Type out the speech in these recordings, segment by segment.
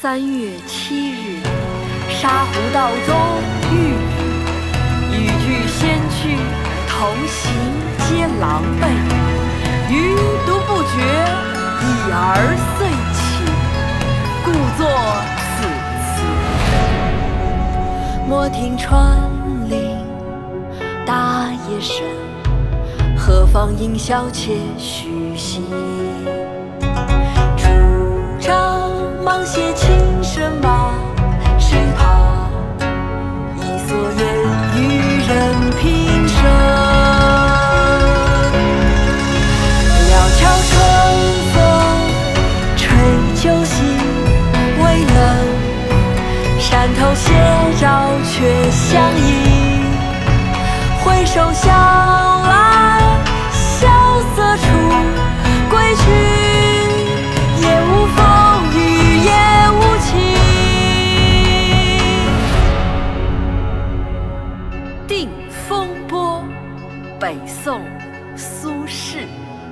3月7日，沙湖道中遇雨具先去，同行皆狼狈。余独不觉，已而遂起，故作此词。莫听穿林大叶声，何妨吟啸且徐行。出张芒鞋轻身马，谁怕一蓑烟与人平生。料峭春风吹酒醒，微冷，山头斜照却相迎。回首向来萧瑟处，归去也无风雨也无晴。《定风波》北宋苏轼。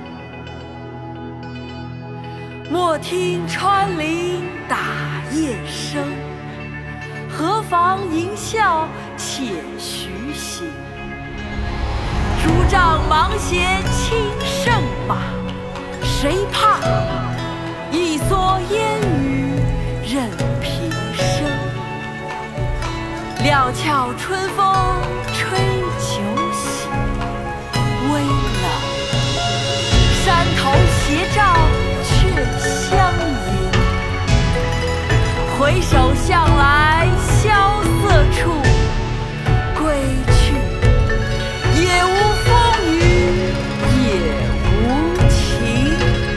莫听穿林打叶声，何妨吟啸且徐行。竹杖芒鞋轻胜马，谁怕一蓑烟雨任平生。料峭春风吹酒醒，微冷，山头斜照却相迎。回首向来萧瑟处，归去也无风雨也无晴。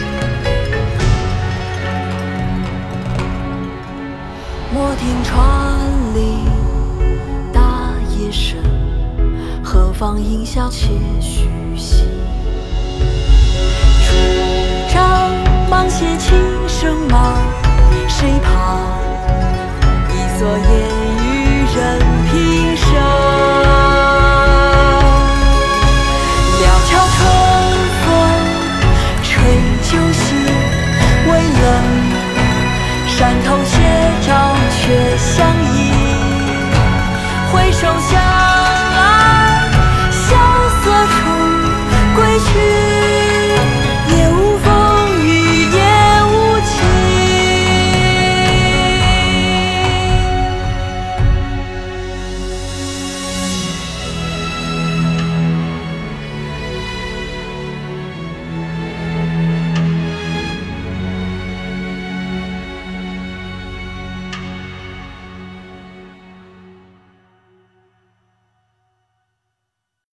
莫听穿林大叶声，何妨吟啸且徐行。